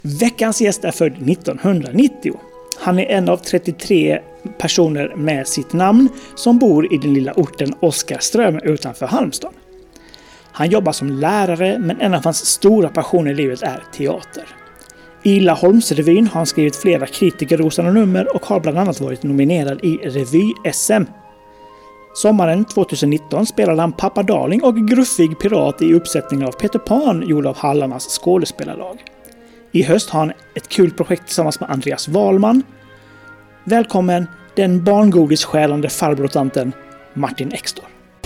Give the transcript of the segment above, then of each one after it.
Veckans gäst är född 1990. Han är en av 33 personer med sitt namn som bor i den lilla orten Oskarström utanför Halmstad. Han jobbar som lärare, men en av hans stora passioner i livet är teater. I Laholmsrevyn har han skrivit flera kritikerrosande nummer och har bland annat varit nominerad i Revy-SM. Sommaren 2019 spelade han Pappa Darling och gruffig pirat i uppsättningen av Peter Pan gjord av Hallarnas skådespelarlag. I höst har han ett kul projekt tillsammans med Andreas Wahlman. Välkommen den barngodisskälande farbrortanten Martin Extor.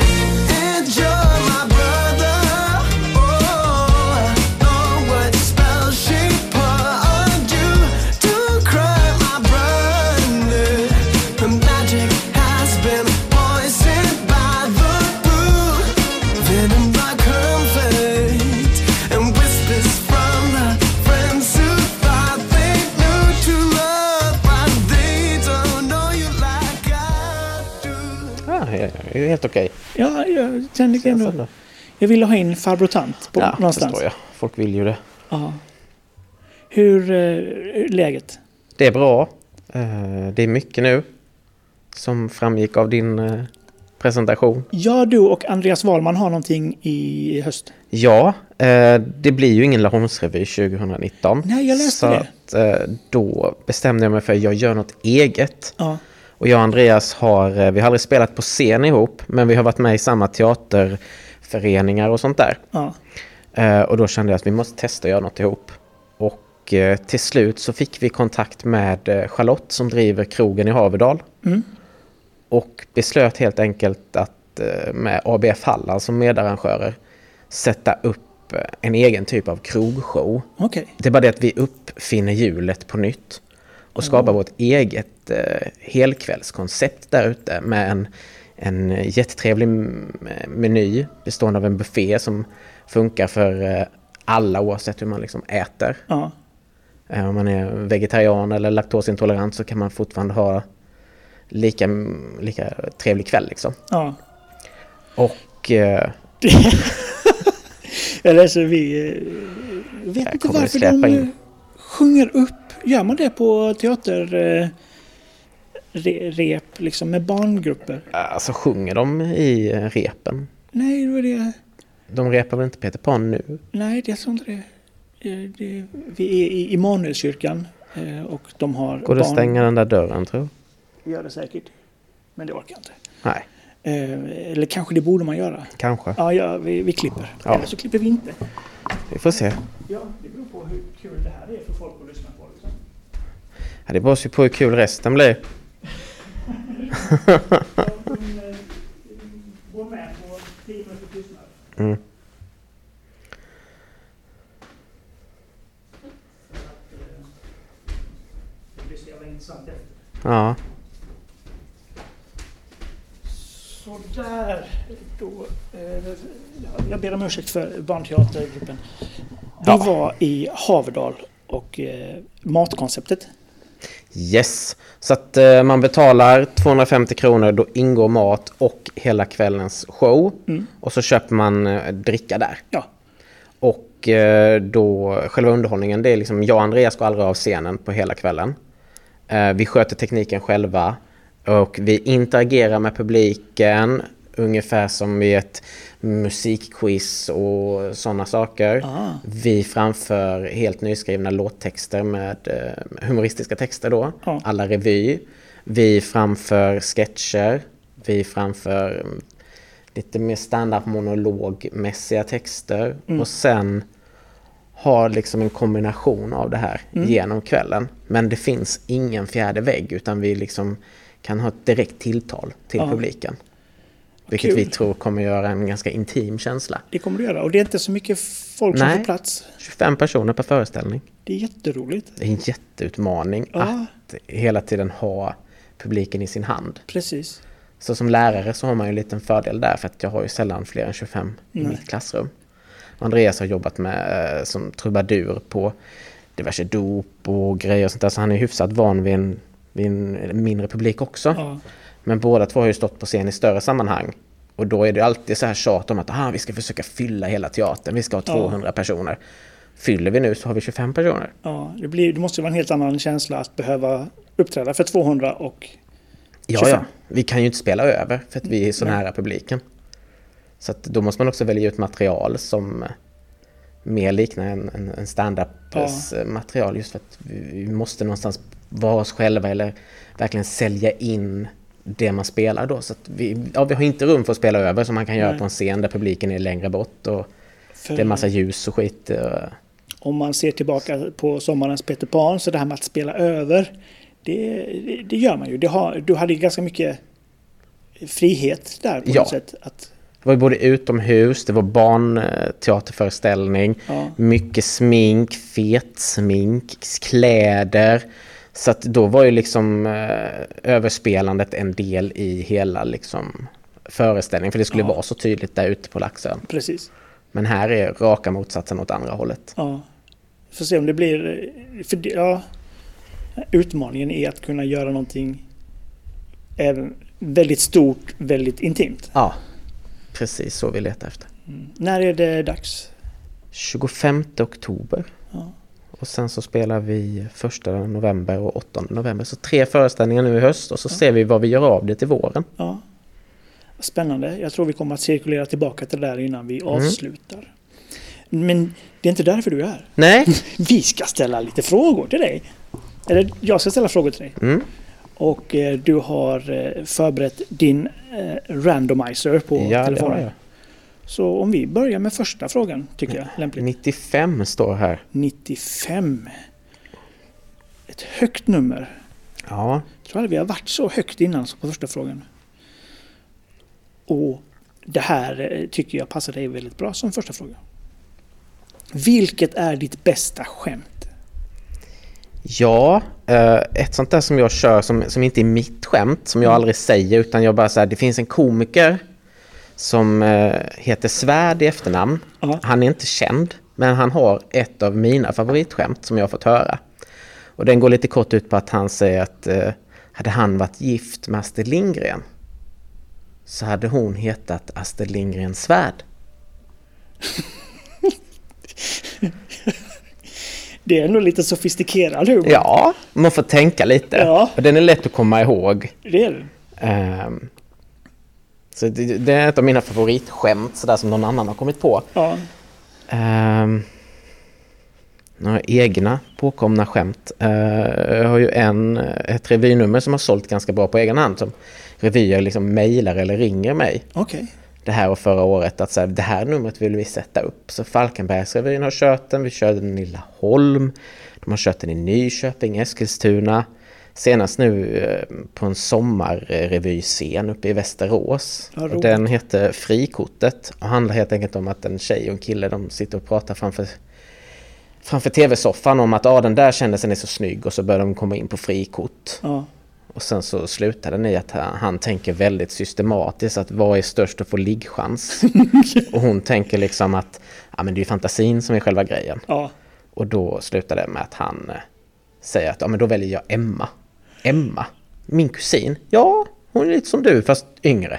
Det är helt okej. Ja, jag kände ändå. Jag ville ha in farbror tant på någonstans. Förstår jag. Folk vill ju det. Ja. Hur är läget? Det är bra. Det är mycket nu som framgick av din presentation. Ja, du och Andreas Wahlman har någonting i höst. Ja, det blir ju ingen Laholmsrevy 2019. Nej, jag läste det. Så att, då bestämde jag mig för att jag gör något eget. Ja. Och jag och Andreas vi har aldrig spelat på scen ihop, men vi har varit med i samma teaterföreningar och sånt där. Ja. Och då kände jag att vi måste testa att göra något ihop. Och till slut så fick vi kontakt med Charlotte som driver krogen i Haverdal. Mm. Och beslöt helt enkelt att med ABF Halland som medarrangörer sätta upp en egen typ av krogshow. Okay. Det är bara det att vi uppfinner hjulet på nytt. Och skapar vårt eget helkvällskoncept där ute med en jättetrevlig meny bestående av en buffé som funkar för alla oavsett hur man liksom äter. Ja. Om man är vegetarian eller laktosintolerant så kan man fortfarande ha lika trevlig kväll liksom. Ja. Och eller så vi vet inte varför de sjunger upp. Gör man det på teaterrep liksom med barngrupper? Alltså sjunger de i repen? Nej, det var det. De repar väl inte Peter Pan nu? Nej, det är så inte det. Vi är i Immanuelskyrkan och de har går det att stänga den där dörren, tror jag? Gör det säkert. Men det orkar jag inte. Nej. Eller kanske det borde man göra. Kanske. Ja, vi klipper. Ja. Eller så klipper vi inte. Vi får se. Ja, det beror på hur kul det här är för folk att lyssna på. Liksom. Ja, det beror ju på hur kul resten blir. Gå med på 10 minuter tystnad. Mm. Det blir så jävla intressant efter. Ja. Sådär. Då, jag ber om ursäkt för barnteatergruppen. Vi var i Haverdal och matkonceptet. Yes. Så att man betalar 250 kronor, då ingår mat och hela kvällens show. Mm. Och så köper man dricka där. Ja. Och då själva underhållningen, det är liksom jag och Andreas går aldrig av scenen på hela kvällen. Vi sköter tekniken själva och vi interagerar med publiken ungefär som i ett musikquiz och sådana saker. Vi framför helt nyskrivna låttexter med humoristiska texter då. Alla revy. Vi framför sketcher. Vi framför lite mer standardmonologmässiga texter. Och sen har liksom en kombination av det här genom kvällen. Men det finns ingen fjärde vägg utan vi liksom kan ha ett direkt tilltal till publiken. Vilket vi tror kommer göra en ganska intim känsla. Det kommer det göra. Och det är inte så mycket folk som får plats. 25 personer per föreställning. Det är jätteroligt. Det är en jätteutmaning att hela tiden ha publiken i sin hand. Precis. Så som lärare så har man ju en liten fördel där. För att jag har ju sällan fler än 25 i mitt klassrum. Andreas har jobbat med som trubadur på diverse dop och grejer och sånt där. Så han är hyfsat van vid en mindre publik också. Men båda två har ju stått på scen i större sammanhang. Och då är det alltid så här tjat om att vi ska försöka fylla hela teatern. Vi ska ha 200 personer. Fyller vi nu så har vi 25 personer. Ja, det måste vara en helt annan känsla att behöva uppträda för 200 och 25. Ja. Vi kan ju inte spela över för att vi är så nära publiken. Så att då måste man också välja ut material som mer liknar en stand-up material, just för att vi måste någonstans vara oss själva eller verkligen sälja in det man spelar då. Så att vi har inte rum för att spela över som man kan göra på en scen där publiken är längre bort och det är massa ljus och skit. Om man ser tillbaka på sommarens Peter Pan, så det här med att spela över, det gör man ju. Du hade ganska mycket frihet där på något sätt. Det var både utomhus, det var barnteaterföreställning, mycket smink, fetsmink, kläder. Så att då var ju liksom överspelandet en del i hela liksom föreställningen, för det skulle vara så tydligt där ute på Laxön. Precis. Men här är raka motsatsen åt andra hållet. Ja. Får se om det blir... utmaningen är att kunna göra någonting även väldigt stort, väldigt intimt. Ja, precis så vi letar efter. När är det dags? 25 oktober. Ja. Och sen så spelar vi 1 november och 8 november. Så 3 föreställningar nu i höst och så ser vi vad vi gör av det till våren. Ja. Spännande. Jag tror vi kommer att cirkulera tillbaka till det där innan vi avslutar. Men det är inte därför du är här. Nej. Vi ska ställa lite frågor till dig. Eller jag ska ställa frågor till dig. Och du har förberett din randomizer på telefonen. Ja. Så om vi börjar med första frågan, tycker jag lämpligt. 95 står här. 95. Ett högt nummer. Ja. Jag tror aldrig vi har varit så högt innan som på första frågan. Och det här tycker jag passar dig väldigt bra som första fråga. Vilket är ditt bästa skämt? Ja, ett sånt där som jag kör som inte är mitt skämt, som jag aldrig säger, utan jag bara säger, det finns en komiker som heter Svärd i efternamn. Han är inte känd, men han har ett av mina favoritskämt som jag har fått höra. Och den går lite kort ut på att han säger att hade han varit gift med Astrid Lindgren så hade hon hetat Astrid Lindgren Svärd. Det är nog lite sofistikerad humor. Ja, man får tänka lite. Ja. Och den är lätt att komma ihåg. Det är det. Så det är ett av mina favoritskämt, sådär som någon annan har kommit på. Ja. Några egna påkomna skämt. Jag har ju ett revynummer som har sålt ganska bra på egen hand, som revyer liksom mejlar eller ringer mig. Okej. Det här och förra året att så här, det här numret vill vi sätta upp. Så Falkenbergsrevyn har kört den, vi körde den i Laholm, de har kört den i Nyköping, Eskilstuna. Senast nu på en sommarrevyscen uppe i Västerås. Och den heter Frikortet och handlar helt enkelt om att en tjej och en kille, de sitter och pratar framför tv-soffan om att den där kändisen är så snygg, och så börjar de komma in på frikort. Ja. Och sen så slutar den i att han tänker väldigt systematiskt att vad är störst att få liggchans. Och hon tänker liksom att men det är ju fantasin som är själva grejen. Ja. Och då slutar det med att han säger att men då väljer jag Emma. Emma, min kusin. Ja, hon är lite som du fast yngre.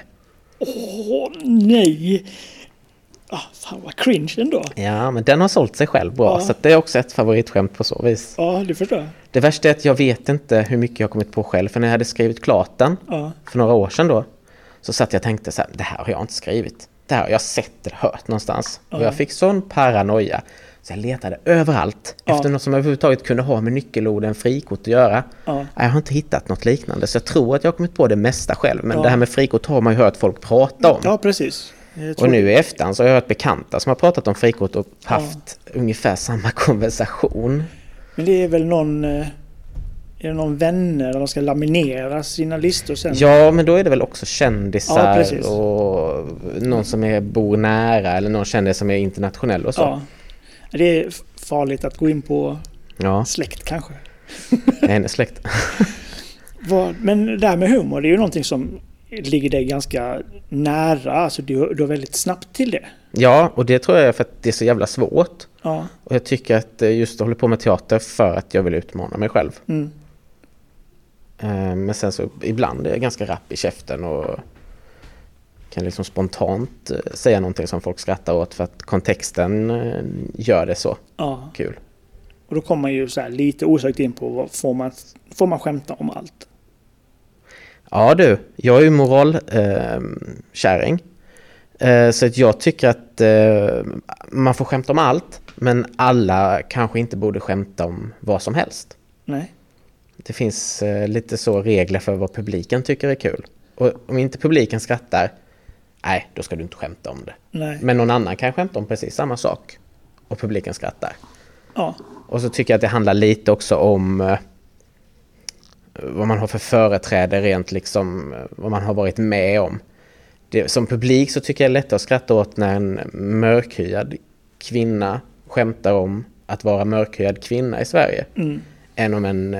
Nej. Fan vad cringe ändå. Ja, men den har sålt sig själv bra. Så det är också ett favoritskämt på så vis. Ja, det förstår jag. Det värsta är att jag vet inte hur mycket jag har kommit på själv. För när jag hade skrivit klart den för några år sedan då, så satt jag och tänkte så här, det här har jag inte skrivit. Det här har jag sett eller hört någonstans. Och jag fick sån paranoia. Så jag letade överallt efter något som överhuvudtaget kunde ha med nyckelorden frikort att göra. Jag har inte hittat något liknande. Så jag tror att jag har kommit på det mesta själv. Men det här med frikort har man ju hört folk prata om. Ja, precis. Och nu i efterhand så har jag hört bekanta som har pratat om frikort och haft ungefär samma konversation. Men det är väl någon vänner där de ska laminera sina listor sen? Ja, men då är det väl också kändisar och någon som bor nära eller någon kändis som är internationell och så. Ja. Det är farligt att gå in på släkt kanske. Hennes släkt. Men det där med humor, det är ju någonting som ligger dig ganska nära. Alltså du är väldigt snabbt till det. Ja, och det tror jag är för att det är så jävla svårt. Ja. Och jag tycker att just håller på med teater för att jag vill utmana mig själv. Mm. Men sen så ibland är jag ganska rapp i käften och kan liksom spontant säga någonting som folk skrattar åt för att kontexten gör det så kul. Och då kommer man ju så här lite osökt in på vad får man skämta om allt? Ja du, jag är ju moralkärring. Så att jag tycker att man får skämta om allt, men alla kanske inte borde skämta om vad som helst. Nej. Det finns lite så regler för vad publiken tycker är kul. Och om inte publiken skrattar, nej, då ska du inte skämta om det. Nej. Men någon annan kan skämta om precis samma sak och publiken skrattar. Ja. Och så tycker jag att det handlar lite också om vad man har för företräde rent liksom, vad man har varit med om. Som publik så tycker jag det är lätt att skratta åt när en mörkhyad kvinna skämtar om att vara mörkhyad kvinna i Sverige. Än om en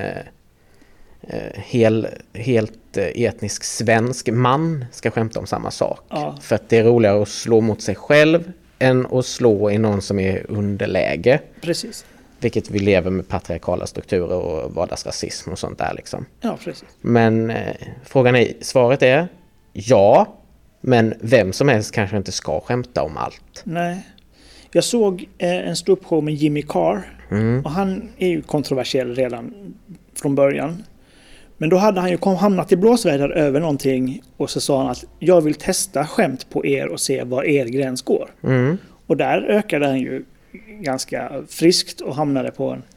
helt etnisk svensk man ska skämta om samma sak. Ja. För att det är roligare att slå mot sig själv än att slå i någon som är underläge. Precis. Vilket vi lever med patriarkala strukturer och vardagsrasism och sånt där liksom. Ja, precis. Men svaret är ja, men vem som helst kanske inte ska skämta om allt. Nej. Jag såg en ståuppshow med Jimmy Carr. Och han är ju kontroversiell redan från början. Men då hade han ju hamnat i blåsväder över någonting och så sa han att jag vill testa skämt på er och se var er gräns går. Och där ökade han ju ganska friskt och hamnade på en...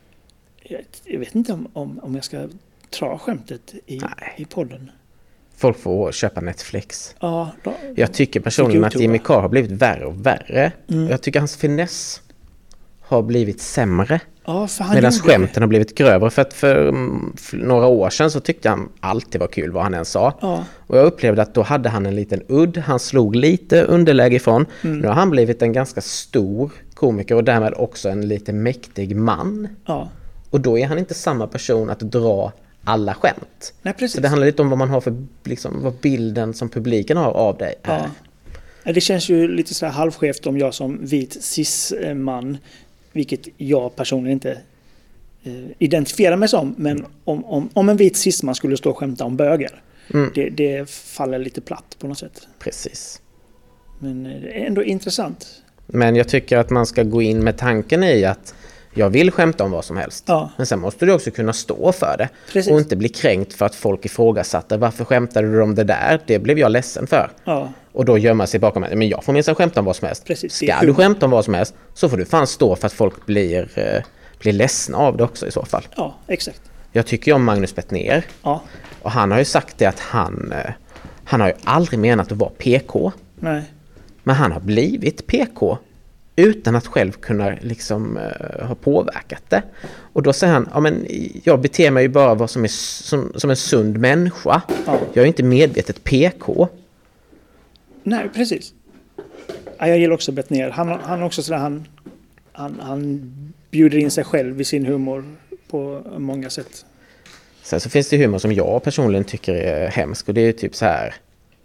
Jag vet inte om jag ska dra skämtet i podden. Folk får köpa Netflix. Ja, jag tycker personligen att Jimmy Carr har blivit värre och värre. Jag tycker hans finess har blivit sämre. Ja, för han medan skämten har blivit grövre. För att för några år sedan så tyckte han alltid var kul vad han än sa. Ja. Och jag upplevde att då hade han en liten udd. Han slog lite underläge ifrån. Nu har han blivit en ganska stor komiker och därmed också en lite mäktig man. Ja. Och då är han inte samma person att dra alla skämt. Nej, precis. Så det handlar lite om vad man har för, liksom, vad bilden som publiken har av dig är. Ja. Det känns ju lite så här halvskevt om jag som vit cis-man, vilket jag personligen inte identifierar mig som, men om en vit cis-man skulle stå och skämta om bögar, det faller lite platt på något sätt. Precis. Men det är ändå intressant. Men jag tycker att man ska gå in med tanken i att jag vill skämta om vad som helst. Ja. Men sen måste du också kunna stå för det. Precis. Och inte bli kränkt för att folk ifrågasatte. Varför skämtade du om det där? Det blev jag ledsen för. Ja. Och då gömma sig bakom mig. Men jag får minst skämta om vad som helst. Precis. Ska du skämta om vad som helst så får du fan stå för att folk blir ledsna av det också i så fall. Ja, exakt. Jag tycker om Magnus Bettner. Ja. Och han har ju sagt det att han har ju aldrig menat att vara PK. Nej. Men han har blivit PK utan att själv kunna liksom ha påverkat det. Och då säger han, ja men jag beter mig ju bara vad som är som en sund människa. Ja. Jag är inte medvetet PK. Nej, precis. Ja, jag gillar också Bettner. Han också sådär, han bjuder in sig själv i sin humor på många sätt. Sen så finns det humor som jag personligen tycker är hemsk. Och det är typ så här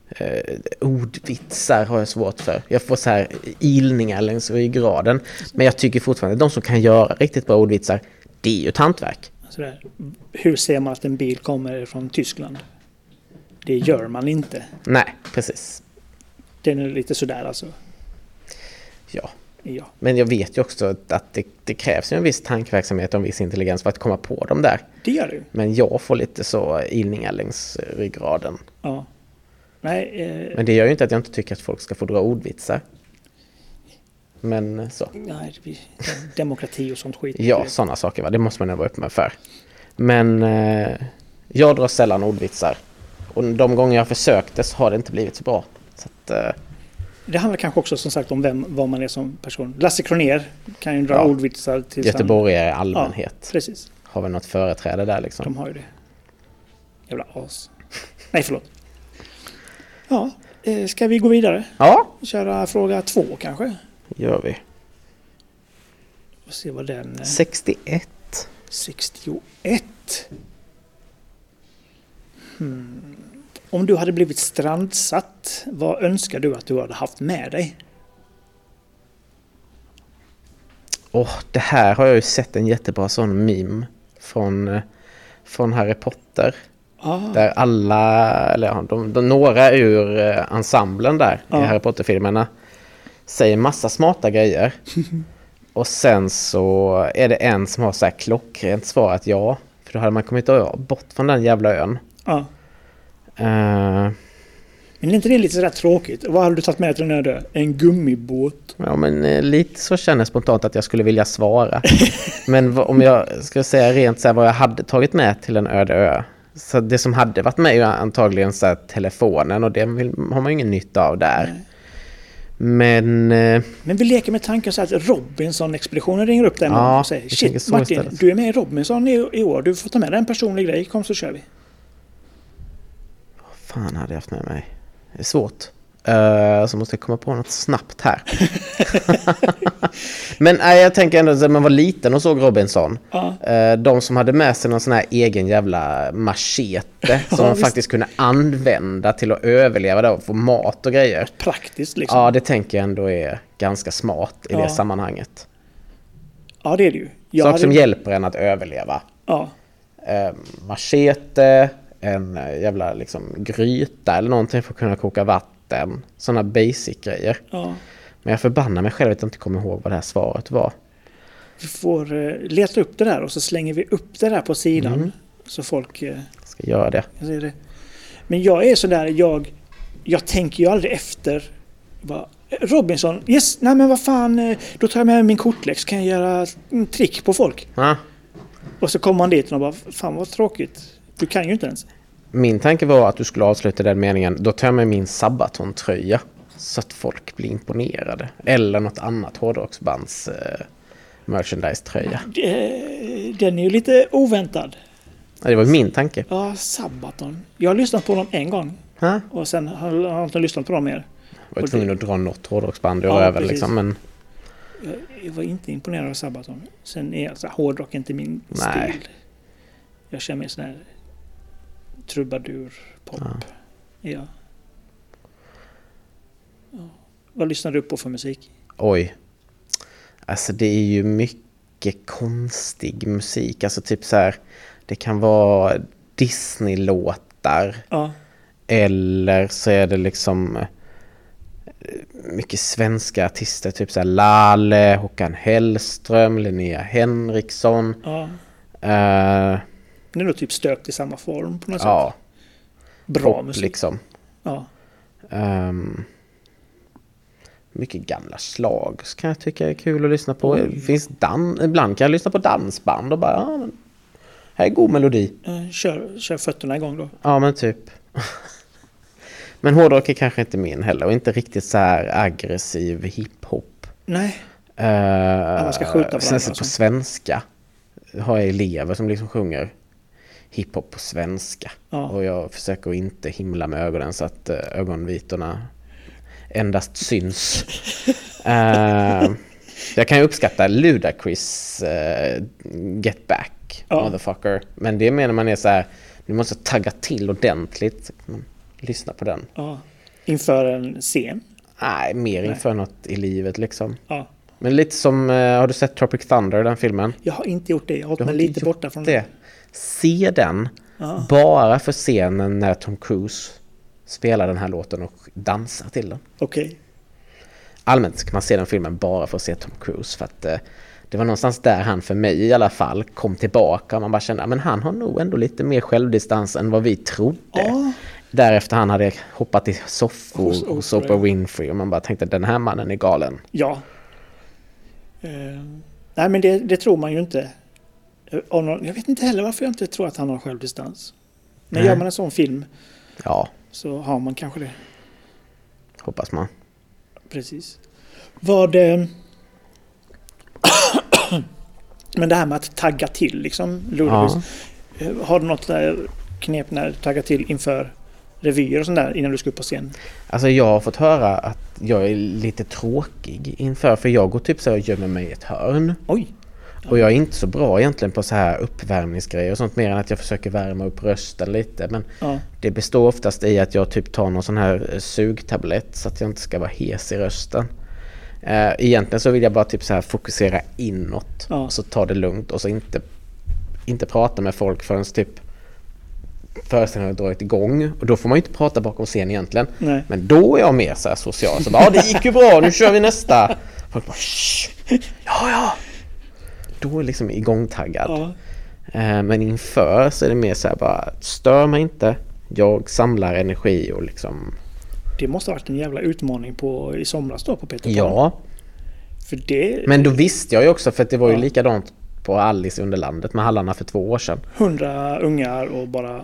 ordvitsar har jag svårt för. Jag får så här ilningar längs ryggraden. Men jag tycker fortfarande att de som kan göra riktigt bra ordvitsar, det är ju ett hantverk. Sådär. Hur ser man att en bil kommer från Tyskland? Det gör man inte. Nej, precis. Den är lite sådär alltså. Ja. Ja. Men jag vet ju också att det krävs ju en viss tankverksamhet och en viss intelligens för att komma på dem där. Det gör det. Men jag får lite så ilningar längs ryggraden. Ja. Nej, Men det gör ju inte att jag inte tycker att folk ska få dra ordvitsar. Men så. Nej, demokrati och sånt skit. Ja, sådana saker va. Det måste man ju vara öppen för. Men jag drar sällan ordvitsar. Och de gånger jag försökte så har det inte blivit så bra. Så att, det handlar kanske också som sagt om vad man är som person. Lasse Kronér kan ju dra ordvitsar till göteborgare i allmänhet. Ja, precis. Har väl något företräde där liksom. De har ju det. Jävla as. Nej, förlåt. Ja, ska vi gå vidare? Ja. Köra fråga 2 kanske? Gör vi. Och se vad den... 61. 61. Om du hade blivit strandsatt, vad önskar du att du hade haft med dig? Det här har jag ju sett en jättebra sån meme från Harry Potter. Där alla, eller ja, några ur ensemblen där i Harry Potter-filmerna säger massa smarta grejer. Och sen så är det en som har så här klockrent svar att ja. För då hade man kommit bort från den jävla ön. Ja. Men är inte det lite sådär tråkigt? Vad hade du tagit med till den öde? En gummibåt? Ja, men lite så känner jag spontant att jag skulle vilja svara. Men om jag ska säga rent så här vad jag hade tagit med till en öde ö. Så det som hade varit med är antagligen så här telefonen, och det har man ju ingen nytta av där. Nej. Men vi leker med tanken så att Robinson-expeditionen ringer upp där och säger shit Martin, istället. Du är med i Robinson i år. Du får ta med dig en personlig grej. Kom så kör vi. Vad fan hade jag haft med mig? Det är svårt. Så måste jag komma på något snabbt här. Men jag tänker ändå att man var liten och såg Robinson. De som hade med sig någon sån här egen jävla machete som de faktiskt kunde använda till att överleva där och få mat och grejer. Praktiskt liksom. Ja, det tänker jag ändå är ganska smart i det sammanhanget. Ja, det är det ju. Saker som hjälper en att överleva. Ja. Machete, en jävla liksom gryta eller någonting för att kunna koka vatten. Sådana basic-grejer. Ja. Men jag förbannar mig själv att jag inte kommer ihåg vad det här svaret var. Vi får leta upp det där och så slänger vi upp det där på sidan. Så folk ska göra det. Men jag är sådär, jag tänker ju aldrig efter. Robinson, yes, nej men vad fan, då tar jag med min kortlex, kan jag göra en trick på folk. Och så kommer man dit och bara, fan vad tråkigt. Du kan ju inte ens. Min tanke var att du skulle avsluta den meningen. Då tar jag med min Sabaton-tröja så att folk blir imponerade. Eller något annat hårdrocksbands merchandise-tröja. Den är ju lite oväntad. Ja, det var min tanke. Ja, Sabaton. Jag har lyssnat på dem en gång. Och sen har jag inte lyssnat på dem mer. Jag var tvungen att dra något hårdrocksband över liksom, men... Jag var inte imponerad av Sabaton. Sen är alltså hårdrock inte min stil. Jag känner mig sån här trubadur pop. Ja. Vad lyssnar du på för musik? Oj. Alltså det är ju mycket konstig musik. Alltså typ så här, det kan vara Disney-låtar. Eller så är det liksom mycket svenska artister, typ så här Lale, Håkan Hellström, Linnea Henriksson. Det är nog typ stöpt i samma form på något sätt. Bra pop, musik. Liksom. Mycket gamla slag så kan jag tycka är kul att lyssna på. Ibland kan jag lyssna på dansband och bara, men här är god melodi. Kör fötterna igång då. Ja, men typ. Men hårdrock är kanske inte min heller. Och inte riktigt så här aggressiv hiphop. Nej. Alla ska skjuta varandra. Sen på svenska har jag elever som liksom sjunger hiphop på svenska. Och jag försöker inte himla med ögonen så att ögonvitorna endast syns. Jag kan ju uppskatta Ludacris Get Back, motherfucker. Men det menar man är så här, du måste tagga till ordentligt. Lyssna på den. Inför en scen? Nej, mer inför något i livet liksom. Men lite som, har du sett Tropic Thunder, den filmen? Jag har inte gjort det, jag har hållit mig lite borta från det. Se den, bara för scenen när Tom Cruise spelar den här låten och dansar till den. Okej. Allmänt kan man se den filmen bara för att se Tom Cruise, för att det var någonstans där han för mig i alla fall kom tillbaka. Man bara kände, men han har nog ändå lite mer självdistans än vad vi trodde. Därefter han hade hoppat i soffor hos Oprah Winfrey och man bara tänkte, den här mannen är galen. Ja. Nej, men det tror man ju inte. Jag vet inte heller varför jag inte tror att han har självdistans. Men gör man en sån film så har man kanske det. Hoppas man. Precis. Men det här med att tagga till liksom, har du något knep när du taggar till inför revyer och sånt där innan du ska upp på scen? Alltså jag har fått höra att jag är lite tråkig inför, för jag går typ så och gömmer mig i ett hörn. Oj. Och jag är inte så bra egentligen på så här uppvärmningsgrejer och sånt, mer än att jag försöker värma upp rösten lite. Men det består oftast i att jag typ tar någon sån här sugtablett så att jag inte ska vara hes i rösten. Egentligen så vill jag bara typ så här fokusera inåt och så ta det lugnt och så inte prata med folk förrän typ föreställningen har dragit igång. Och då får man ju inte prata bakom scen egentligen. Nej. Men då är jag mer så här social. Så bara, det gick ju bra, nu kör vi nästa. Folk bara, ja. Då är liksom igångtaggad. Ja. Men inför så är det mer så här bara, stör mig inte. Jag samlar energi och liksom... Det måste ha varit en jävla utmaning i somras då på Peter Pan. Ja. För det... Men då visste jag ju också, för att det var ju likadant på Alice i Underlandet med Hallarna för 2 år sedan. 100 ungar och bara...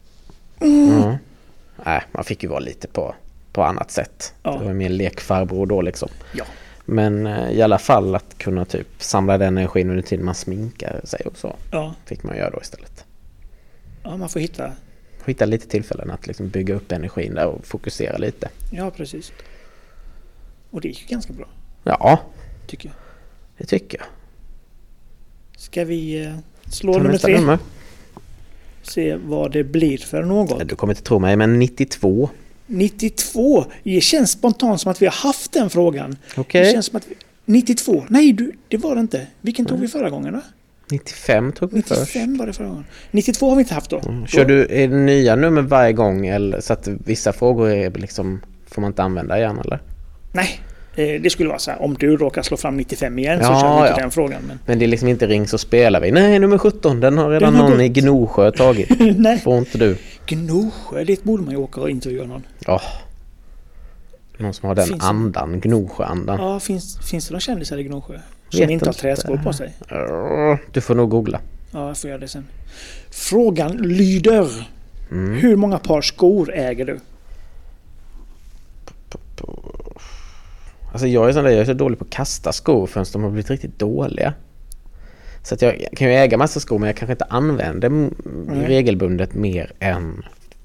Nej, man fick ju vara lite på annat sätt. Ja. Det var mer lekfarbror då liksom. Ja. Men i alla fall att kunna typ samla den energin under tiden man sminkar sig och så. Ja. Fick man göra då istället. Ja, man får Hitta lite tillfällen att liksom bygga upp energin där och fokusera lite. Ja, precis. Och det gick ju ganska bra, Ja, tycker jag. det tycker jag. Ska vi slå Ta nummer nästa 3? nummer. Se vad det blir för något. Du kommer inte tro mig, men 92. 92. Det känns spontant som att vi har haft den frågan. Okej. Det känns som att 92. Nej, det var det inte. Vilken tog vi förra gången då? 95 tog vi först. 95 var det förra gången. 92 har vi inte haft då. Kör du nya nummer varje gång eller så att vissa frågor är liksom, får man inte använda igen eller? Nej, det skulle vara så här. Om du råkar slå fram 95 igen så Ja, kör vi inte ja. den frågan. Men det är liksom inte ring så spelar vi. Nej, nummer 17, den har redan Den har någon gått. i Gnosjö tagit. Nej. Får inte du. Gnosjö, det borde man ju åka och intervjua någon. Ja. Någon som har den Finns andan, Gnosjö-andan. Ja, finns det någon kändisar i Gnosjö som Vet inte har inte. träskor på sig? Du får nog googla. Ja, jag får göra det sen. Frågan lyder: hur många par skor äger du? Alltså jag är så dålig på att kasta skor förrän de har blivit riktigt dåliga. Så att jag kan ju äga massa skor, men jag kanske inte använder regelbundet mer än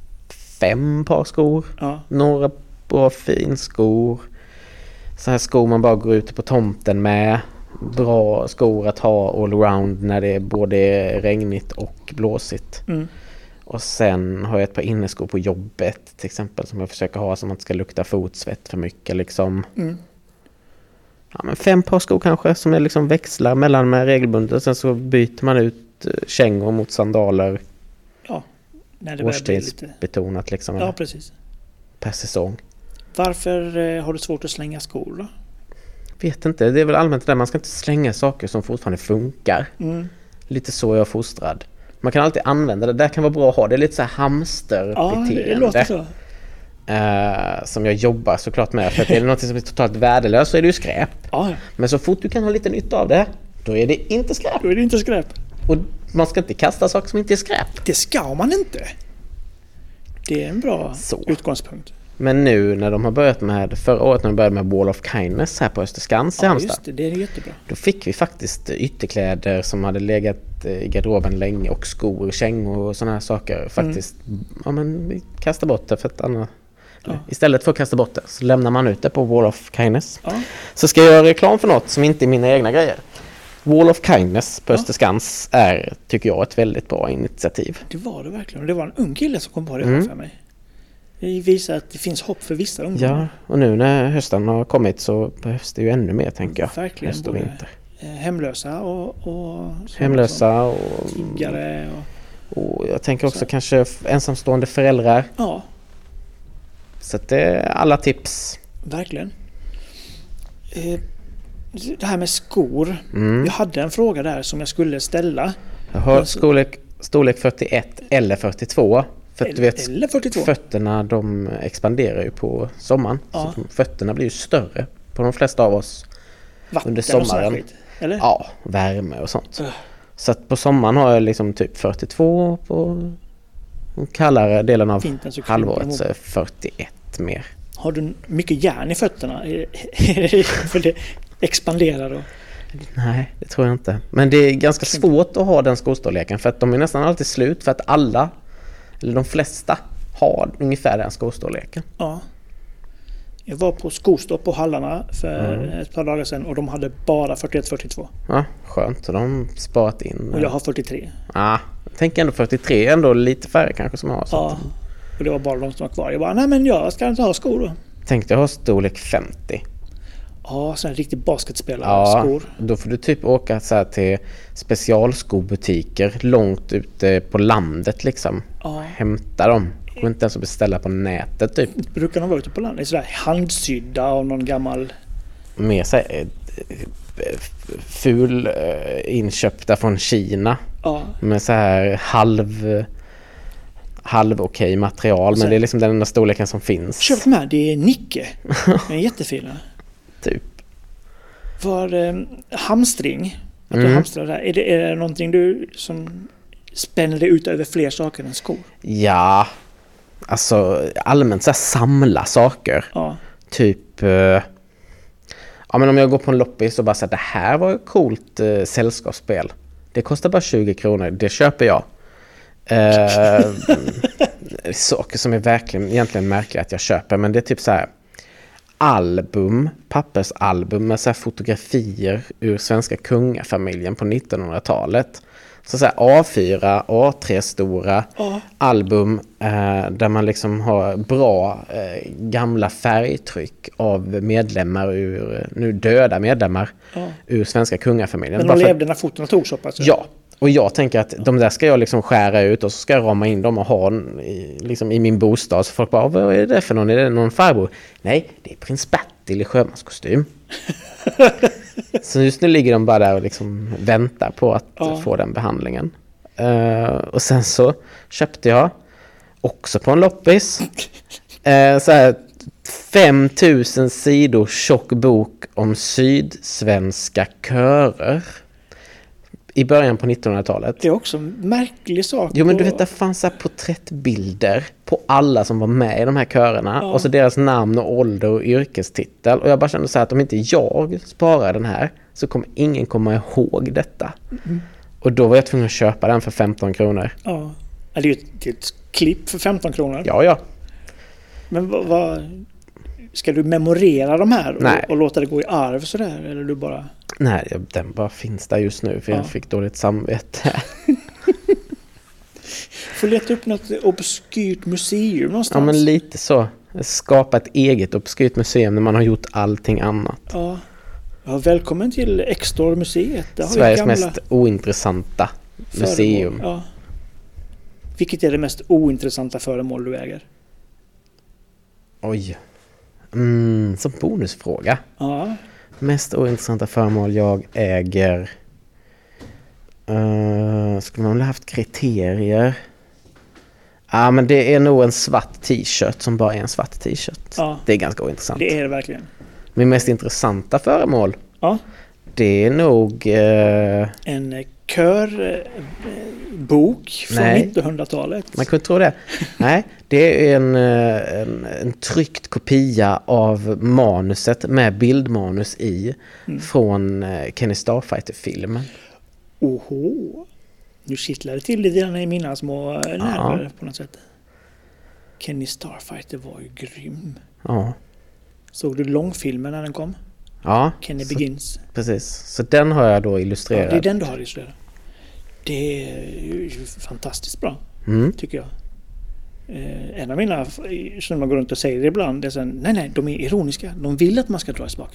5 par skor. Ja. Några bra finskor. Så här skor man bara går ut på tomten med. Bra skor att ha all around när det är både regnigt och blåsigt. Och sen har jag ett par inneskor på jobbet till exempel som jag försöker ha så man inte ska lukta fotsvett för mycket liksom. Ja, men 5 par skor kanske som jag liksom växlar mellan med regelbundet. Sen så byter man ut kängor mot sandaler. Ja, när det börjar bli lite... Årstidsbetonat liksom. Ja, precis. Per säsong. Varför har du svårt att slänga skor då? Vet inte, det är väl allmänt där man ska inte slänga saker som fortfarande funkar. Lite så är jag fostrad. Man kan alltid använda det, där kan vara bra att ha. Det är lite så här hamsterbeteende. Ja, det låter så. Som jag jobbar såklart med. För att är det något som är totalt värdelöst så är det ju skräp. Ja. Men så fort du kan ha lite nytta av det, då är det inte skräp. Då är det inte skräp. Och man ska inte kasta saker som inte är skräp. Det ska man inte. Det är en bra utgångspunkt. Men nu när de har börjat med, förra året när de började med Wall of Kindness här på Österskans i Halmstad. Just det är jättebra. Då fick vi faktiskt ytterkläder som hade legat i garderoben länge och skor, kängor och såna här saker. Faktiskt, vi kastar bort det för att annars... Istället för att kasta bort det så lämnar man ut det på Wall of Kindness. Så ska jag göra reklam för något som inte är mina egna grejer. Wall of Kindness på Österskans är, tycker jag, ett väldigt bra initiativ. Det var det verkligen. Det var en ung kille som kom på det för mig. Det visar att det finns hopp för vissa ungdomar. Ja, och nu när hösten har kommit så behövs det ju ännu mer, tänker jag. Verkligen, höst och vinter. Hemlösa och hemlösa och tiggare och jag tänker också kanske ensamstående föräldrar. Ja. Så att det är alla tips. Verkligen. Det här med skor. Jag hade en fråga där som jag skulle ställa. Jag har storlek 41 eller 42. För att du vet, eller 42. Fötterna de expanderar ju på sommaren. Så fötterna blir ju större på de flesta av oss under sommaren. Skit, eller? Ja, värme och sånt. Så att på sommaren har jag liksom typ 42 på kallare delen av halvåret, så 41 mer. Har du mycket järn i fötterna? För det expanderar då? Nej, det tror jag inte. Men det är ganska svårt att ha den skostorleken för att de är nästan alltid slut för att alla, eller de flesta, har ungefär den skostorleken. Ja. Jag var på skostopp på Hallarna för ett par dagar sedan och de hade bara 41-42. Ja, skönt. Så de har sparat in. Och jag har 43. Ja, jag tänker ändå 43 är ändå lite färre kanske som har. Ja, och det var bara de som var kvar. Jag bara, nej men jag ska inte ha skor då. Tänkte jag ha storlek 50. Ja, sådana riktigt basketspelare-skor. Ja, då får du typ åka så här till specialskobutiker långt ute på landet liksom. Ja. Hämta dem. Och inte ens att beställa på nätet typ. Brukar de vara ute på landet? Sådär handsydda av någon gammal... Mer så här, ful inköpta från Kina. Ja. Med så här halv okej material. Men det är liksom den enda storleken som finns. Köpt med, det är Nicke. De är jättefina. Typ. Var hamstring. Att du hamstrar där. Är det någonting du som spänner dig ut över fler saker än skor? Ja. Alltså allmänt så här samla saker. Ja. Typ... ja, men om jag går på en loppis och bara säger att det här var ett coolt sällskapsspel. Det kostar bara 20 kronor. Det köper jag. Saker som är verkligen egentligen märkliga att jag köper. Men det är typ så här pappersalbum med så här fotografier ur svenska kungafamiljen på 1900-talet. Så här A4, A3 stora album där man liksom har bra gamla färgtryck av medlemmar nu döda medlemmar ur svenska kungafamiljen. Men de levde när fotorna tog så pass? Ja, och jag tänker att de där ska jag liksom skära ut och så ska jag rama in dem och ha liksom i min bostad. Så folk bara, vad är det för någon? Är det någon farbror? Nej, det är prins Bertil i sjömanskostym. Så just nu ligger de bara där och liksom väntar på att få den behandlingen. Och sen så köpte jag också på en loppis så här 5000 sidor tjock bok om sydsvenska körer i början på 1900-talet. Det är också en märklig sak. Jo, men du vet, det fanns så här porträttbilder på alla som var med i de här körerna. Och så deras namn och ålder och yrkestitel. Och jag bara kände så här att om inte jag sparar den här så kommer ingen komma ihåg detta. Och då var jag tvungen att köpa den för 15 kronor. Ja, det är ju ett klipp för 15 kronor. Ja. Men vad ska du memorera de här och låta det gå i arv sådär? Eller du bara... Nej, den bara finns där just nu för jag fick dåligt samvete. Får leta upp något obskyrt museum någonstans. Ja, men lite så. Skapa ett eget obskyrt museum när man har gjort allting annat. Ja, välkommen till Extor-museet. Sveriges mest ointressanta museum. Ja. Vilket är det mest ointressanta föremål du äger? Oj. Som bonusfråga. Ja. Mest ointressanta föremål jag äger. Skulle man ha haft kriterier? Ja, men det är nog en svart t-shirt som bara är en svart t-shirt. Ja. Det är ganska ointressant. Det är det verkligen. Min mest intressanta föremål? Ja. Det är nog... en körbok från 1900-talet. Man kunde tro det. Nej, det är en tryckt kopia av manuset med bildmanus i från Kenny Starfighter-filmen. Oho. Nu kittlar det till lite grann i mina små nerver på något sätt. Kenny Starfighter var ju grym. Ja. Såg du långfilmen när den kom? Ja. Kenny Begins. Precis. Så den har jag då illustrerat. Ja, det är den du har illustrerat. Det är ju fantastiskt bra, tycker jag. En av mina som man går runt och säger ibland, det är så här, nej, de är ironiska. De vill att man ska dra i spaken.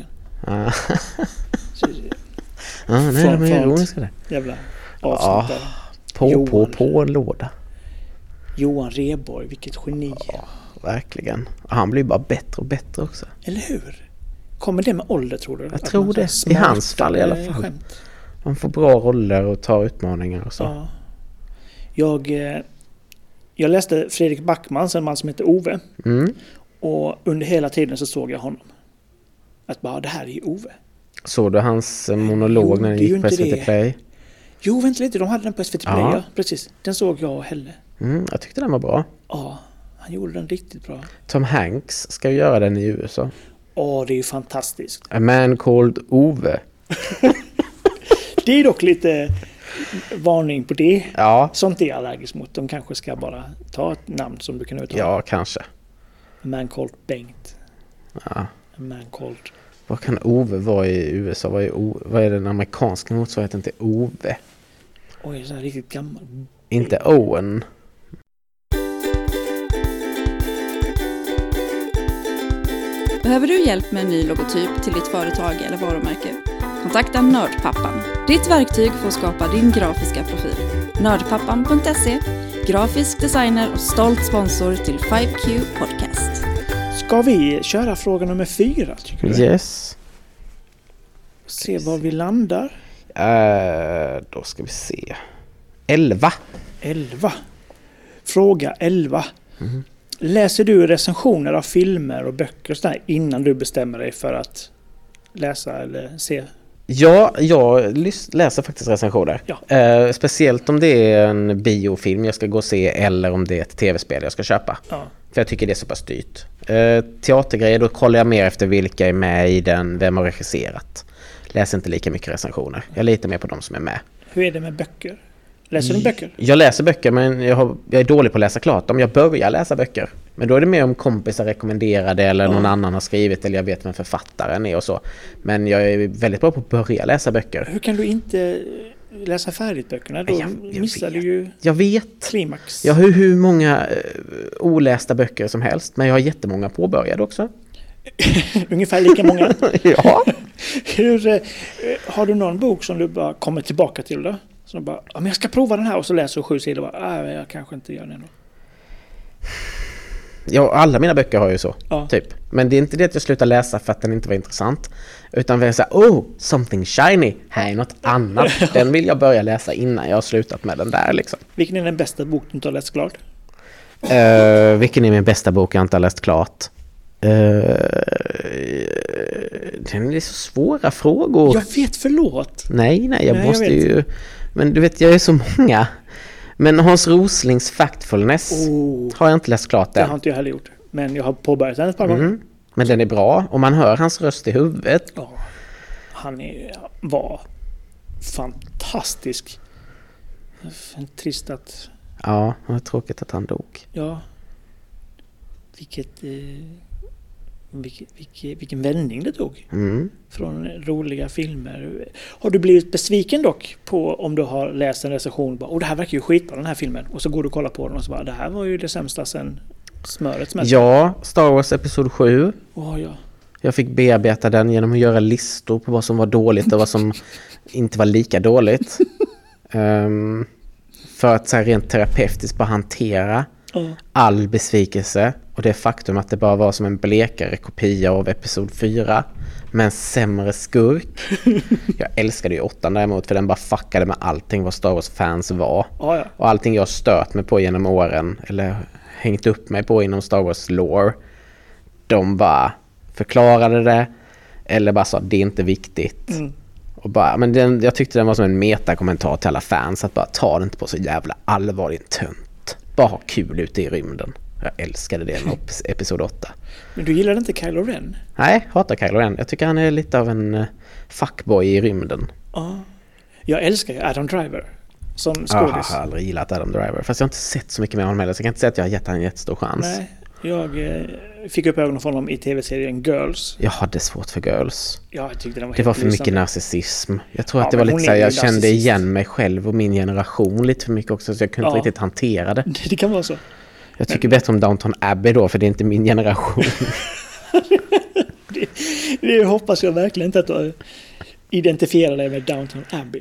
Nej, de är ironiska där. Jävla avsnitt på en låda. Johan Rheborg, vilket geni. Ja, verkligen. Han blir bara bättre och bättre också. Eller hur? Kommer det med ålder, tror du? Jag tror det. I hans fall i alla fall. Skämt. Man får bra roller och tar utmaningar och så. Ja. Jag läste Fredrik Backmans, en man som heter Ove. Och under hela tiden så såg jag honom. Att bara, det här är ju Ove. Såg du hans monolog när den gick på SVT Play? Jo, vänta lite. De hade den på SVT Play, ja. Precis. Den såg jag och Helle. Jag tyckte den var bra. Ja, han gjorde den riktigt bra. Tom Hanks ska göra den i USA. Det är ju fantastiskt. A Man Called Ove. Det är dock lite varning på det. Ja. Sånt är jag allergisk mot. De kanske ska bara ta ett namn som du kan uttala. Ja, kanske. A Man Called Bengt. Ja. A Man Called... Vad kan Ove vara i USA? Vad är den amerikanska motsvarigheten till Ove? Oj, så här riktigt gammal. Inte Owen. Behöver du hjälp med en ny logotyp till ditt företag eller varumärke? Kontakta Nördpappan, ditt verktyg för att skapa din grafiska profil. Nördpappan.se, grafisk designer och stolt sponsor till 5Q Podcast. Ska vi köra fråga nummer 4, tycker du? Yes. Se var vi landar. Då ska vi se. 11. Fråga 11. Läser du recensioner av filmer och böcker och sådär innan du bestämmer dig för att läsa eller se? Ja, jag läser faktiskt recensioner. Ja. Speciellt om det är en biofilm jag ska gå och se eller om det är ett tv-spel jag ska köpa. Ja. För jag tycker det är så pass dyrt. Teatergrejer, då kollar jag mer efter vilka är med i den, vem har regisserat. Läser inte lika mycket recensioner. Jag litar mer på de som är med. Hur är det med böcker? Läser du böcker? Jag läser böcker, men jag är dålig på att läsa klart dem. Jag börjar läsa böcker. Men då är det mer om kompisar rekommenderade eller någon annan har skrivit eller jag vet vem författaren är och så. Men jag är väldigt bra på att börja läsa böcker. Hur kan du inte läsa färdigt böckerna? Då missar du ju jag vet. klimax. Jag har hur många olästa böcker som helst, men jag har jättemånga påbörjade också. Ungefär lika många. Ja. Har du någon bok som du bara kommer tillbaka till då? Så bara, men jag ska prova den här och så läser du 7 sidor och bara, jag kanske inte gör det ändå. Ja, alla mina böcker har ju så, Ja. typ. Men det är inte det att jag slutar läsa för att den inte var intressant. Utan för att säga, something shiny, här är något annat. Den vill jag börja läsa innan jag har slutat med den där liksom. Vilken är den bästa bok du inte har läst klart? Vilken är min bästa bok jag inte har läst klart? Det är så svåra frågor. Jag vet, förlåt. Nej, jag måste ju... Men du vet, jag är så många. Men Hans Roslings Factfulness har jag inte läst klart än. Det har inte jag heller gjort. Men jag har påbörjat den ett par gånger. Men den är bra och man hör hans röst i huvudet. Ja, han var fantastisk. Trist att... Ja, det var tråkigt att han dog. Ja. Vilken vändning det tog. Från roliga filmer. Har du blivit besviken dock på om du har läst en recension och det här verkar ju skitbra den här filmen och så går du och kollar på den och så bara, det här var ju det sämsta sen smöret smälte. Ja, Star Wars episod 7. Ja. Jag fick bearbeta den genom att göra listor på vad som var dåligt och vad som inte var lika dåligt. För att så här rent terapeutiskt bara hantera all besvikelse och det faktum att det bara var som en blekare kopia av episod 4 med en sämre skurk. Jag älskade ju 8 däremot för den bara fuckade med allting vad Star Wars-fans var. Ja. Och allting jag stört mig på genom åren eller hängt upp mig på inom Star Wars-lore. De bara förklarade det eller bara sa det är inte viktigt. Och bara, men jag tyckte den var som en metakommentar till alla fans att bara ta det inte på så jävla allvarligt tönt. Bara ha kul ute i rymden. Jag älskade det med episod 8. Men du gillade inte Kylo Ren? Nej, hatar Kylo Ren. Jag tycker han är lite av en fuckboy i rymden. Ja. Jag älskar ju Adam Driver som skådis. Jag har aldrig gillat Adam Driver. Fast jag har inte sett så mycket med honom heller. Så jag kan inte säga att jag har gett honom en jättestor chans. Nej, jag fick upp ögonen för honom i tv-serien Girls. Jag hade svårt för Girls. Jag tyckte den var det var för lysande. mycket narcissism. Jag tror att det var lite så här, jag kände igen mig själv och min generation lite för mycket också. Så jag kunde inte riktigt hantera det. Det kan vara så. Jag tycker bättre om Downton Abbey då, för det är inte min generation. det hoppas jag verkligen inte att du identifierar dig med Downton Abbey.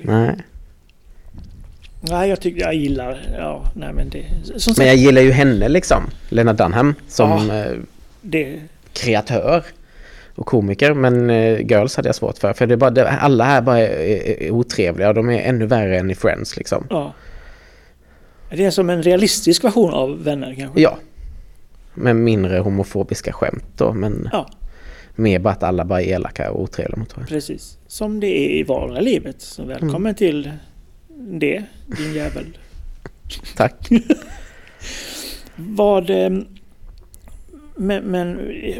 Nej, jag gillar... Ja, nej, men det... Men jag gillar ju henne liksom. Lena Dunham som kreatör och komiker. Men Girls hade jag svårt för det är bara, alla här bara är otrevliga och de är ännu värre än i Friends liksom. Ja. Det är som en realistisk version av Vänner kanske. Ja. Med mindre homofobiska skämt då, men mer bara att alla bara är elaka och otrevliga mot varandra. Precis. Som det är i vanliga livet. Så välkommen till det, din jävel. Tack. Men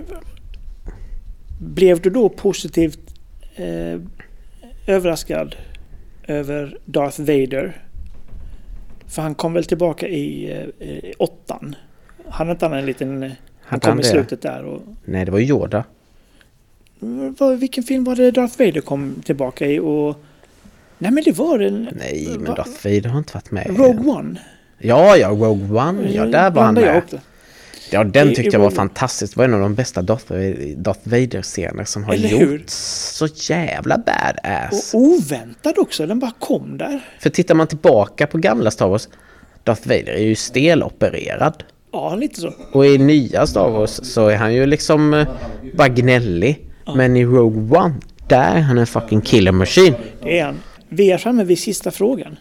blev du då positivt överraskad över Darth Vader? För han kom väl tillbaka i 8:an. Han inte en liten... Han kom i slutet där. Och... Nej, det var Yoda. Vilken film var det Darth Vader kom tillbaka i? Och... Nej, men det var en... Nej, men Darth Vader har inte varit med. Rogue One. Ja, Rogue One. Ja, där var han med. Ja, den tyckte jag var fantastisk. Det var en av de bästa Darth Vader-scener som har gjorts. Så jävla badass. Och oväntad också, den bara kom där. För tittar man tillbaka på gamla Star Wars, Darth Vader är ju stelopererad. Ja, lite så. Och i nya Star Wars så är han ju liksom bara gnällig. Ja. Men i Rogue One, där är han en fucking killer machine. Det är han. Vi är framme vid sista frågan.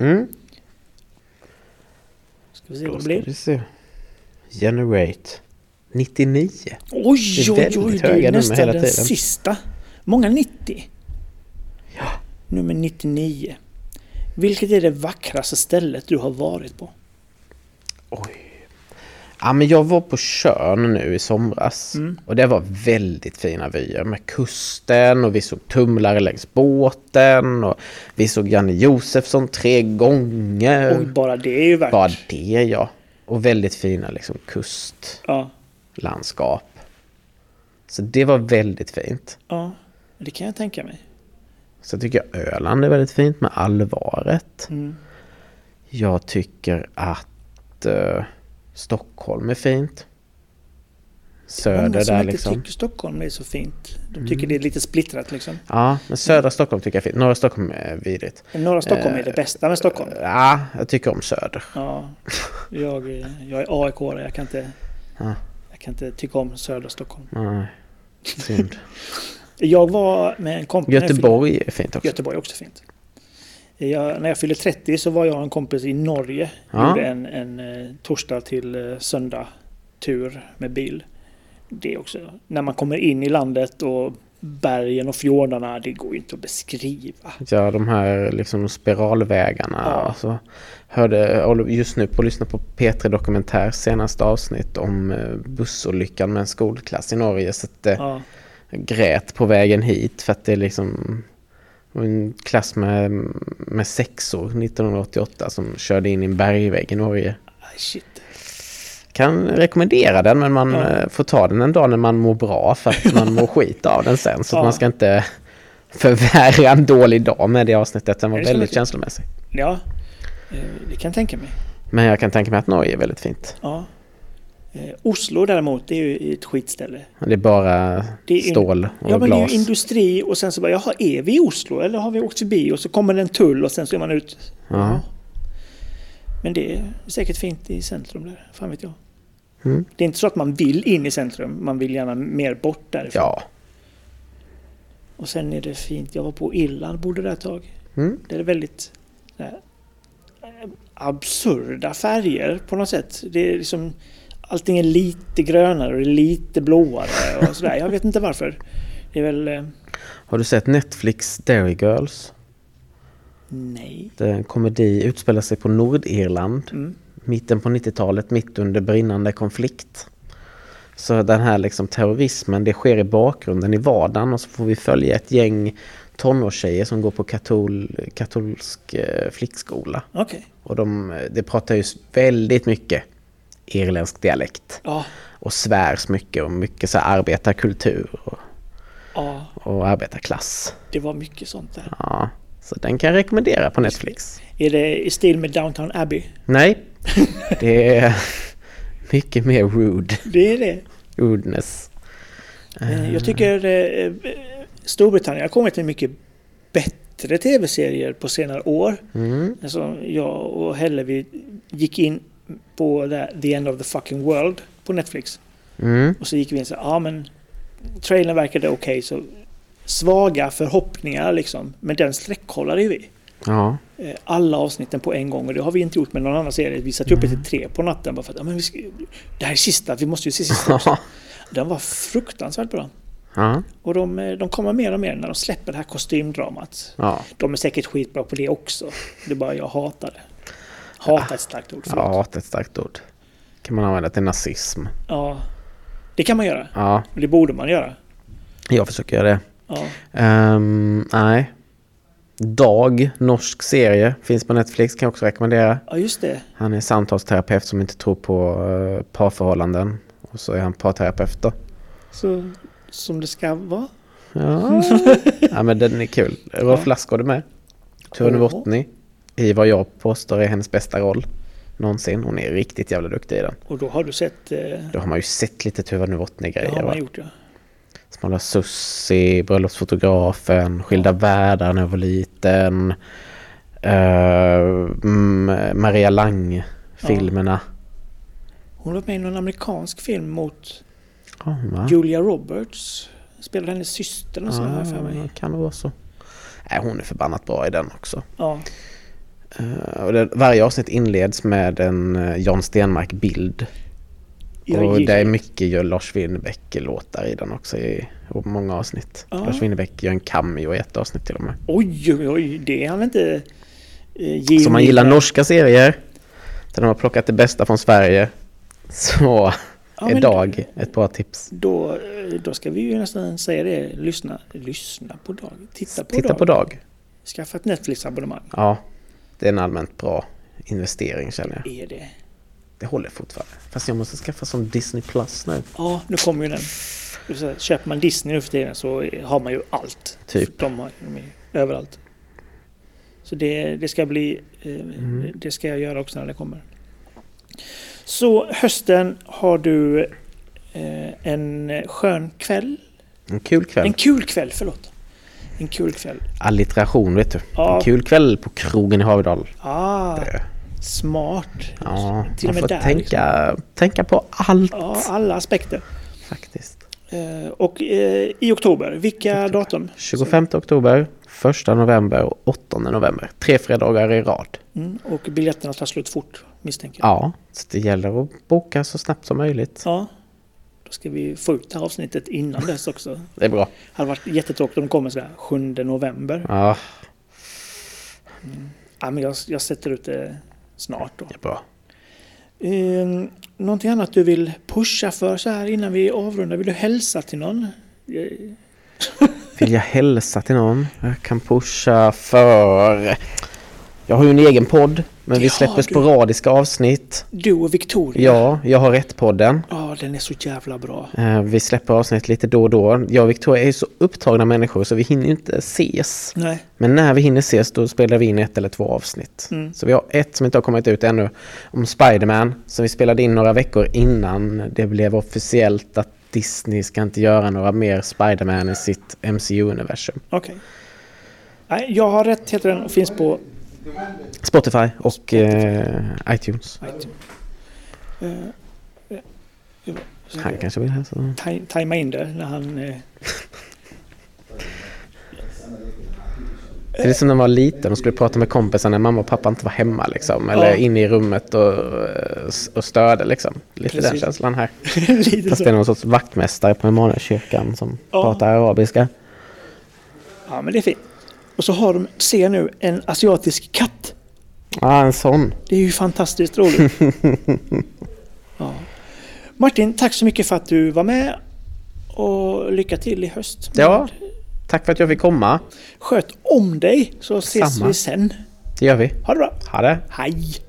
Ska vi se vad det blir? Vi se. Generate 99. Oj, det är nästan den sista. Många 90. Ja. Nummer 99. Vilket är det vackraste stället du har varit på? Oj. Ja, men jag var på Tjörn nu i somras. Och det var väldigt fina vyer med kusten. Och vi såg tumlare längs båten. Och vi såg Janne Josefsson 3 gånger. Och bara det är ju värt. Bara det, ja. Och väldigt fina liksom kustlandskap. Så det var väldigt fint. Ja, det kan jag tänka mig. Så tycker jag Öland är väldigt fint med allvaret. Jag tycker att Stockholm är fint. Söder många som där inte liksom. Tycker Stockholm är så fint. De tycker det är lite splittrat liksom. Ja, men södra Stockholm tycker jag är fint. Norra Stockholm är vidrigt. Norra Stockholm är det bästa med Stockholm. Ja, jag tycker om söder. Ja, jag är AIK-are. Jag kan inte tycka om södra Stockholm. Nej, synd. Jag var med en kompis. Göteborg är fint också. Göteborg är också fint. När jag fyllde 30 så var jag en kompis i Norge. Gjorde en torsdag till söndag tur med bil. Det är också, när man kommer in i landet och bergen och fjordarna, det går inte att beskriva. Ja, de här liksom spiralvägarna. Ja. Alltså, hörde just nu lyssna på P3 Dokumentär senaste avsnitt om bussolyckan med en skolklass i Norge. Så att grät på vägen hit för att det är liksom en klass med sexor 1988 som körde in i en bergvägg i Norge. Shit. Kan rekommendera den, men man får ta den en dag när man mår bra för att man mår skit av den sen. Så att man ska inte förvärra en dålig dag med det avsnittet. Den var väldigt känslomässig. Ja, det kan jag tänka mig. Men jag kan tänka mig att Norge är väldigt fint. Ja. Oslo däremot, det är ju ett skitställe. Det är bara stål och glas. Ja, men det är ju industri och sen så bara, jaha, är vi i Oslo eller har vi åkt förbi? Och så kommer det en tull och sen så är man ut. Ja. Men det är säkert fint i centrum där, fan vet jag. Det är inte så att man vill in i centrum, man vill gärna mer bort därifrån. Ja. Och sen är det fint, jag var på Irland, bodde där ett tag. Det är väldigt absurda färger på något sätt. Det är liksom, allting är lite grönare och lite blåare och sådär. Jag vet inte varför. Det är väl... Har du sett Netflix Derry Girls? Nej. Det är en komedi, utspelar sig på Nordirland. Mitten på 90-talet, mitt under brinnande konflikt. Så den här liksom terrorismen, det sker i bakgrunden i vardagen. Och så får vi följa ett gäng tonårstjejer som går på katolsk flickskola. Okay. Och det pratar ju väldigt mycket irländsk dialekt. Ja. Och svärs mycket och mycket så här arbetarkultur och arbetarklass. Det var mycket sånt där. Ja, så den kan jag rekommendera på Netflix. Är det i stil med Downton Abbey? Nej, det är mycket mer rude. Det är det. Rudeness. Jag tycker Storbritannien har kommit till mycket bättre tv-serier på senare år. Alltså, jag och Helle, vi gick in på The End of the Fucking World på Netflix. Och så gick vi in och sa, men trailern verkade okej, så svaga förhoppningar liksom. Men den sträckkollade ju vi. Ja. Alla avsnitten på en gång, och det har vi inte gjort med någon annan serie. Vi satt uppe till 3 på natten bara för att det här är sista, vi måste ju se sista också. Den var fruktansvärt bra. Och de kommer mer och mer när de släpper det här kostymdramat. De är säkert skitbra på det också. Det är bara jag hatar det. Hata ett starkt ord. Ja, hata ett starkt ord. Kan man använda till nazism? Ja, det kan man göra. Ja. Det borde man göra. Jag försöker göra det. Ja. Nej. Dag, norsk serie, finns på Netflix, kan jag också rekommendera. Ja, just det. Han är samtalsterapeut som inte tror på parförhållanden. Och så är han parterapeut då. Så som det ska vara. Ja, men den är kul. Rolf Lassgård är med. Tuve Novotny i vad jag påstår är hennes bästa roll. någonsin. Hon är riktigt jävla duktig i den. Och då har du sett... Då har man ju sett lite Tuva Novotny-grejer. Det har man gjort, ja. Smala Sussi, Bröllopsfotografen, Skilda världar när jag var liten. Maria Lang-filmerna. Hon var med i någon amerikansk film mot Va? Julia Roberts. Spelade hennes syster och så här för mig. Kan det vara så. Nej, hon är förbannat bra i den också. Ja. Och varje avsnitt inleds med en Jan Stenmark-bild. Och det är mycket Lars Winnerbäck-låtar i den också i många avsnitt. Ja. Lars Winnerbäck gör en cameo i ett avsnitt till och med. Oj, det är han inte... Så man gillar norska serier där de har plockat det bästa från Sverige, så är Dag ett bra tips. Då ska vi ju nästan säga det. Lyssna på Dag. Titta på Dag. Skaffa ett Netflix-abonnemang. Ja, det är en allmänt bra investering, känner jag. Är det? Det håller fortfarande. Fast jag måste skaffa som Disney Plus nu. Ja, nu kommer ju den. Köper man Disney nu för tiden så har man ju allt. Typ. De är överallt. Så det ska bli... Det ska jag göra också när det kommer. Så hösten har du en skön kväll. En kul kväll. En kul kväll. Alliteration, vet du. Ja. En kul kväll på krogen i Haverdal. Smart. Ja, till och med där. Tänka på allt. Ja, alla aspekter. Faktiskt. Och i oktober, vilka datum? 25 oktober, 1 november och 8 november. 3 fredagar i rad. Och biljetterna tar slut fort, misstänker jag. Ja, så det gäller att boka så snabbt som möjligt. Ja, då ska vi få ut det här avsnittet innan dess också. Det är bra. Det hade varit jättetråkigt om de kommer sådär 7 november. Ja. Ja, men jag sätter ut det snart då. Det är bra. Någonting annat du vill pusha för så här innan vi avrundar? Vill du hälsa till någon? Vill jag hälsa till någon? Jag kan pusha för... Jag har ju en egen podd, men vi släpper sporadiska avsnitt. Du och Victoria. Ja, jag har Rätt-podden. Ja, den är så jävla bra. Vi släpper avsnitt lite då och då. Jag och Victoria är så upptagna människor så vi hinner inte ses. Nej. Men när vi hinner ses då spelar vi in 1 eller 2 avsnitt. Så vi har ett som inte har kommit ut ännu om Spider-Man som vi spelade in några veckor innan det blev officiellt att Disney ska inte göra några mer Spider-Man i sitt MCU-universum. Okej. Nej, jag har rätt, heter den och finns på Spotify och iTunes. Han kanske vill hälsa. Tajma in det när han... Det är som när man var liten och skulle prata med kompisar när mamma och pappa inte var hemma liksom. Eller inne i rummet och störde liksom. Lite den känslan här. Fast det är någon sorts vaktmästare på Emanuelskyrkan som pratar arabiska. Ja, men det är fint. Och så ser nu en asiatisk katt. Ja, en sån. Det är ju fantastiskt roligt. Ja. Martin, tack så mycket för att du var med. Och lycka till i höst. Ja, tack för att jag fick komma. Sköt om dig så ses vi sen. Det gör vi. Ha det bra. Ha det. Hej.